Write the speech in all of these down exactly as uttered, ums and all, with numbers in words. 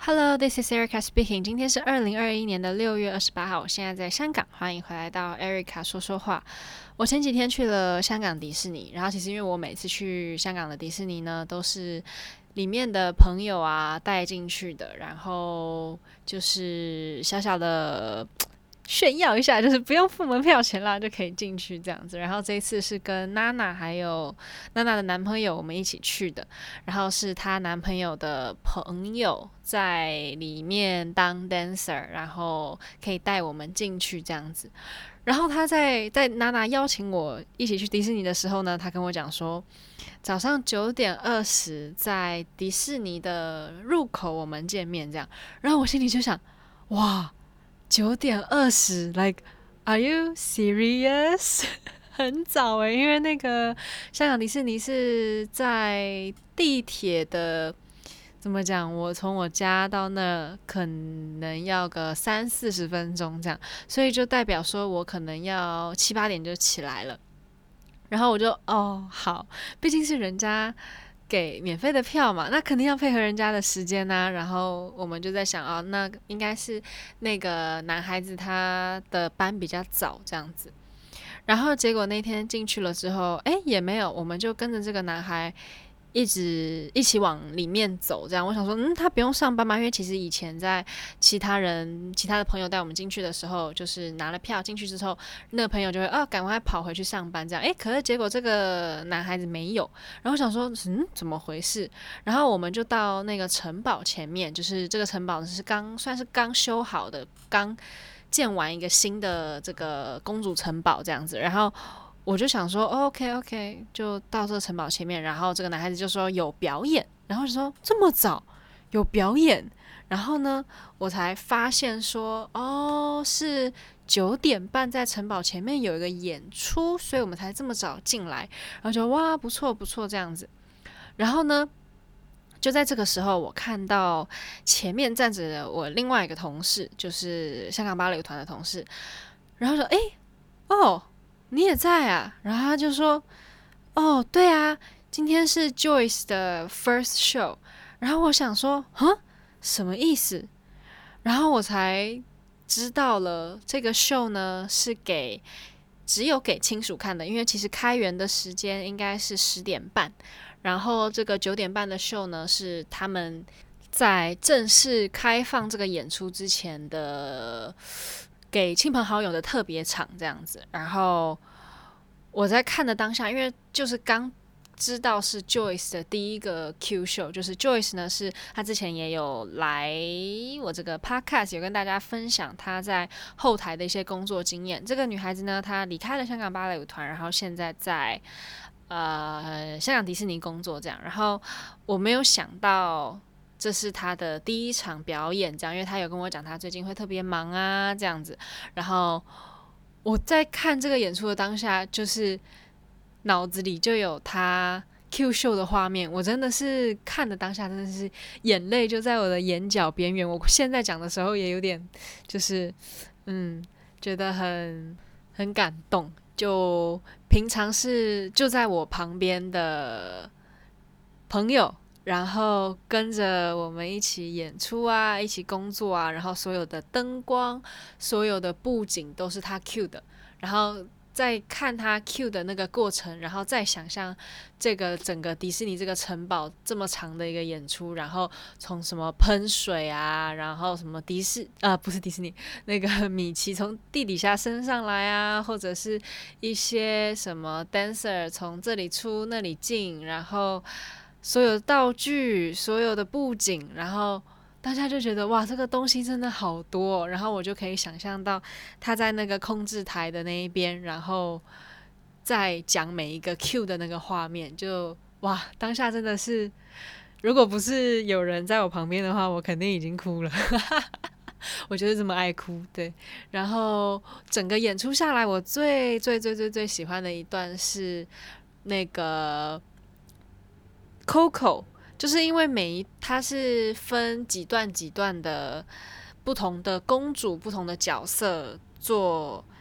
Hello, this is Erica speaking. 今天是二零二一年的六月二十八号，我现在在香港，欢迎回来到 Erica 说说话。我前几天去了香港迪士尼，然后其实因为我每次去香港的迪士尼呢，都是里面的朋友啊带进去的，然后就是小小的炫耀一下，就是不用付门票钱啦就可以进去这样子。然后这一次是跟娜娜还有娜娜的男朋友我们一起去的，然后是她男朋友的朋友在里面当 dancer， 然后可以带我们进去这样子。然后他在在娜娜邀请我一起去迪士尼的时候呢，他跟我讲说，早上九点二十在迪士尼的入口我们见面这样。然后我心里就想，哇，九点二十 ，like are you serious？ 很早诶，因为那个香港迪士尼是在地铁的。怎么讲？我从我家到那可能要个三四十分钟这样，所以就代表说我可能要七八点就起来了。然后我就哦好，毕竟是人家给免费的票嘛，那肯定要配合人家的时间啊。然后我们就在想啊、哦，那应该是那个男孩子他的班比较早这样子。然后结果那天进去了之后，哎也没有，我们就跟着这个男孩。一直一起往里面走，这样我想说，嗯，他不用上班吗？因为其实以前在其他人、其他的朋友带我们进去的时候，就是拿了票进去之后，那个朋友就会哦，赶快跑回去上班，这样。诶，可是结果这个男孩子没有，然后想说，嗯，怎么回事？然后我们就到那个城堡前面，就是这个城堡是刚算是刚修好的，刚建完一个新的这个公主城堡这样子，然后。我就想说、哦、，OK OK，就到这个城堡前面，然后这个男孩子就说有表演，然后就说这么早有表演，然后呢，我才发现说，哦，是九点半在城堡前面有一个演出，所以我们才这么早进来，然后就哇，不错不错这样子，然后呢，就在这个时候，我看到前面站着我另外一个同事，就是香港芭蕾舞团的同事，然后说，诶，哦。你也在啊？然后他就说：“哦，对啊，今天是 Joyce 的 first show。”然后我想说：“哼，什么意思？”然后我才知道了，这个 show 呢是给只有给亲属看的，因为其实开园的时间应该是十点半，然后这个九点半的 show 呢是他们在正式开放这个演出之前的。给亲朋好友的特别场这样子，然后我在看的当下，因为就是刚知道是 Joyce 的第一个 Q show， 就是 Joyce 呢是她之前也有来我这个 podcast 有跟大家分享她在后台的一些工作经验。这个女孩子呢，她离开了香港芭蕾舞团，然后现在在呃香港迪士尼工作这样，然后我没有想到。这是他的第一场表演，这样，因为他有跟我讲他最近会特别忙啊，这样子。然后我在看这个演出的当下，就是脑子里就有他 Q 秀的画面，我真的是看的当下，真的是眼泪就在我的眼角边缘。我现在讲的时候也有点，就是嗯，觉得很很感动。就平常是就在我旁边的朋友。然后跟着我们一起演出啊，一起工作啊，然后所有的灯光、所有的布景都是他 cue 的，然后再看他 cue 的那个过程，然后再想象这个整个迪士尼这个城堡这么长的一个演出，然后从什么喷水啊，然后什么迪士啊、呃、不是迪士尼那个米奇从地底下升上来啊，或者是一些什么 dancer 从这里出那里进，然后。所有的道具，所有的布景，然后大家就觉得哇，这个东西真的好多、哦，然后我就可以想象到他在那个控制台的那一边，然后再讲每一个 Q 的那个画面，就哇，当下真的是，如果不是有人在我旁边的话，我肯定已经哭了。我就是这么爱哭，对。然后整个演出下来，我最最最最最喜欢的一段是那个。Coco 就是因为每一它是分几段几段的不同的公主、不同的角色做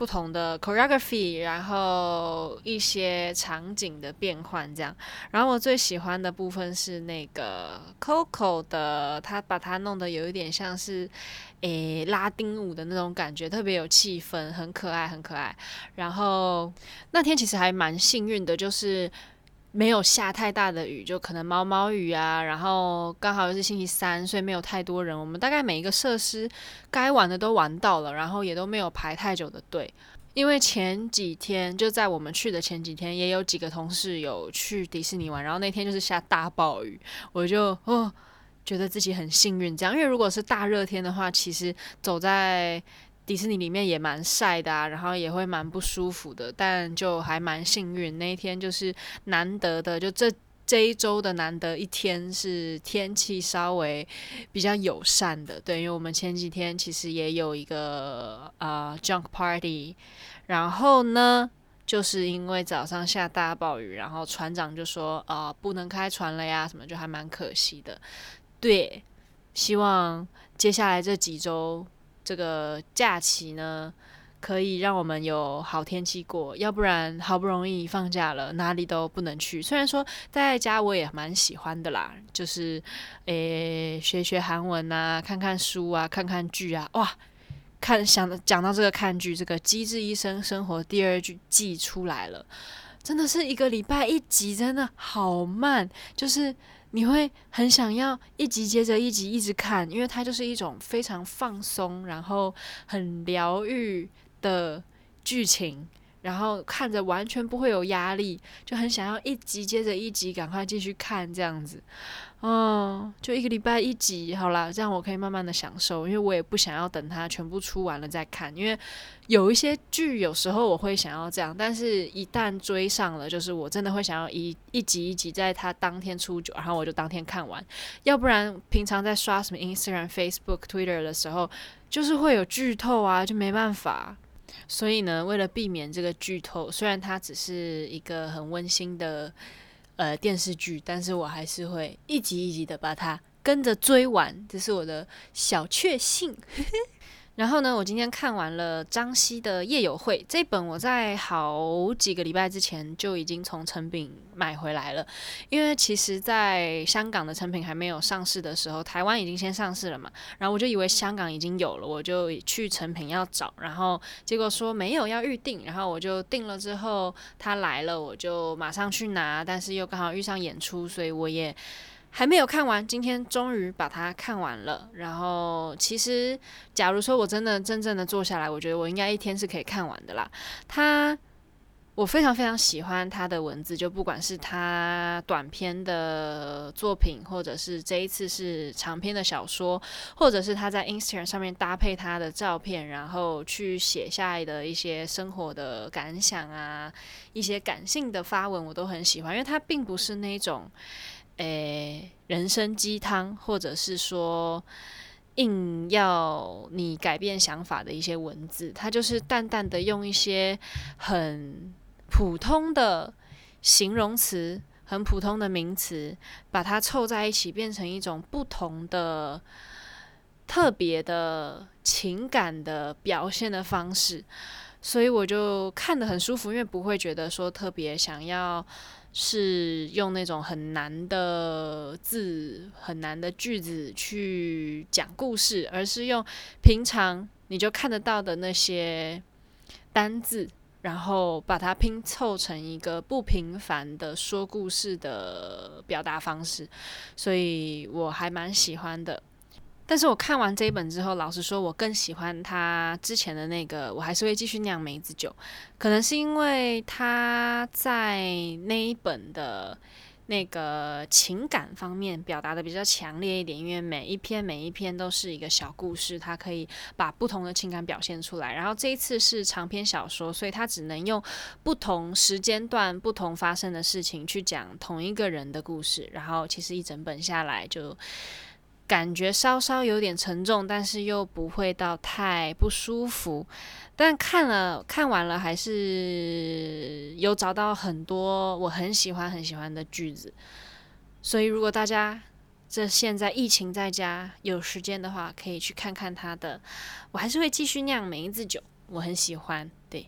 不同的 choreography， 然后一些场景的变换这样。然后我最喜欢的部分是那个 Coco 的，他把它弄得有一点像是诶拉丁舞的那种感觉，特别有气氛，很可爱很可爱。然后那天其实还蛮幸运的，就是没有下太大的雨，就可能毛毛雨啊，然后刚好又是星期三，所以没有太多人。我们大概每一个设施该玩的都玩到了，然后也都没有排太久的队。因为前几天就在我们去的前几天，也有几个同事有去迪士尼玩，然后那天就是下大暴雨，我就哦觉得自己很幸运这样。因为如果是大热天的话，其实走在迪士尼里面也蛮晒的啊，然后也会蛮不舒服的，但就还蛮幸运，那一天就是难得的，就这这一周的难得一天是天气稍微比较友善的。对，因为我们前几天其实也有一个呃 junk party， 然后呢就是因为早上下大暴雨，然后船长就说呃不能开船了呀什么，就还蛮可惜的。对，希望接下来这几周这个假期呢，可以让我们有好天气过，要不然好不容易放假了，哪里都不能去。虽然说待在家我也蛮喜欢的啦，就是诶学学韩文啊，看看书啊，看看剧啊，哇！看想讲到这个看剧，这个《机智医生生活》第二季出来了，真的是一个礼拜一集，真的好慢，就是你会很想要一集接着一集一直看，因为它就是一种非常放松，然后很疗愈的剧情，然后看着完全不会有压力，就很想要一集接着一集赶快继续看这样子。哦，就一个礼拜一集，好啦，这样我可以慢慢的享受，因为我也不想要等它全部出完了再看，因为有一些剧有时候我会想要这样，但是一旦追上了，就是我真的会想要一一集一集在它当天出九，然后我就当天看完，要不然平常在刷什么 Instagram、Facebook、Twitter 的时候，就是会有剧透啊，就没办法。所以呢，为了避免这个剧透，虽然它只是一个很温馨的呃电视剧，但是我还是会一集一集的把它跟着追完，这是我的小确幸。然后呢，我今天看完了张希的《夜友会》这本，我在好几个礼拜之前就已经从成品买回来了。因为其实在香港的成品还没有上市的时候，台湾已经先上市了嘛，然后我就以为香港已经有了，我就去成品要找，然后结果说没有要预定，然后我就订了之后他来了，我就马上去拿，但是又刚好遇上演出，所以我也还没有看完，今天终于把它看完了。然后其实假如说我真的真正的坐下来，我觉得我应该一天是可以看完的啦。它我非常非常喜欢他的文字，就不管是他短篇的作品，或者是这一次是长篇的小说，或者是他在 Instagram 上面搭配他的照片，然后去写下来的一些生活的感想啊，一些感性的发文，我都很喜欢，因为他并不是那种诶人生鸡汤，或者是说硬要你改变想法的一些文字，它就是淡淡的用一些很普通的形容词，很普通的名词，把它凑在一起，变成一种不同的特别的情感的表现的方式，所以我就看得很舒服，因为不会觉得说特别想要是用那种很难的字、很难的句子去讲故事，而是用平常你就看得到的那些单字，然后把它拼凑成一个不平凡的说故事的表达方式，所以我还蛮喜欢的。但是我看完这一本之后，老实说，我更喜欢他之前的那个，我还是会继续酿梅子酒。可能是因为他在那一本的那个情感方面表达的比较强烈一点，因为每一篇每一篇都是一个小故事，它可以把不同的情感表现出来。然后这一次是长篇小说，所以它只能用不同时间段、不同发生的事情去讲同一个人的故事。然后其实一整本下来就感觉稍稍有点沉重，但是又不会到太不舒服。但看了看完了，还是有找到很多我很喜欢很喜欢的句子。所以如果大家这现在疫情在家有时间的话，可以去看看他的。我还是会继续酿梅子酒，我很喜欢。对，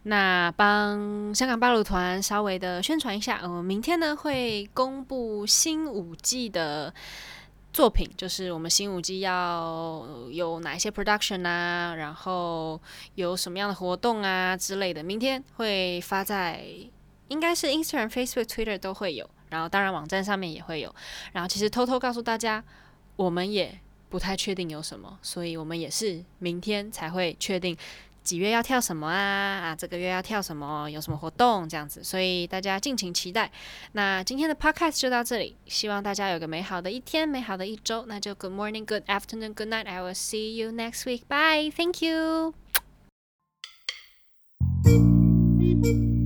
那帮香港八路团稍微的宣传一下，我们明天呢会公布新五季的作品，就是我们新五季要有哪一些 production 啊，然后有什么样的活动啊之类的，明天会发在应该是 Instagram、Facebook、Twitter 都会有，然后当然网站上面也会有。然后其实偷偷告诉大家，我们也不太确定有什么，所以我们也是明天才会确定几月要跳什么啊啊，这个月要跳什么，有什么活动这样子，所以大家敬请期待。那今天的 podcast 就到这里，希望大家有个美好的一天，美好的一周。那就 Good morning, Good afternoon, Good night. I will see you next week. Bye. Thank you.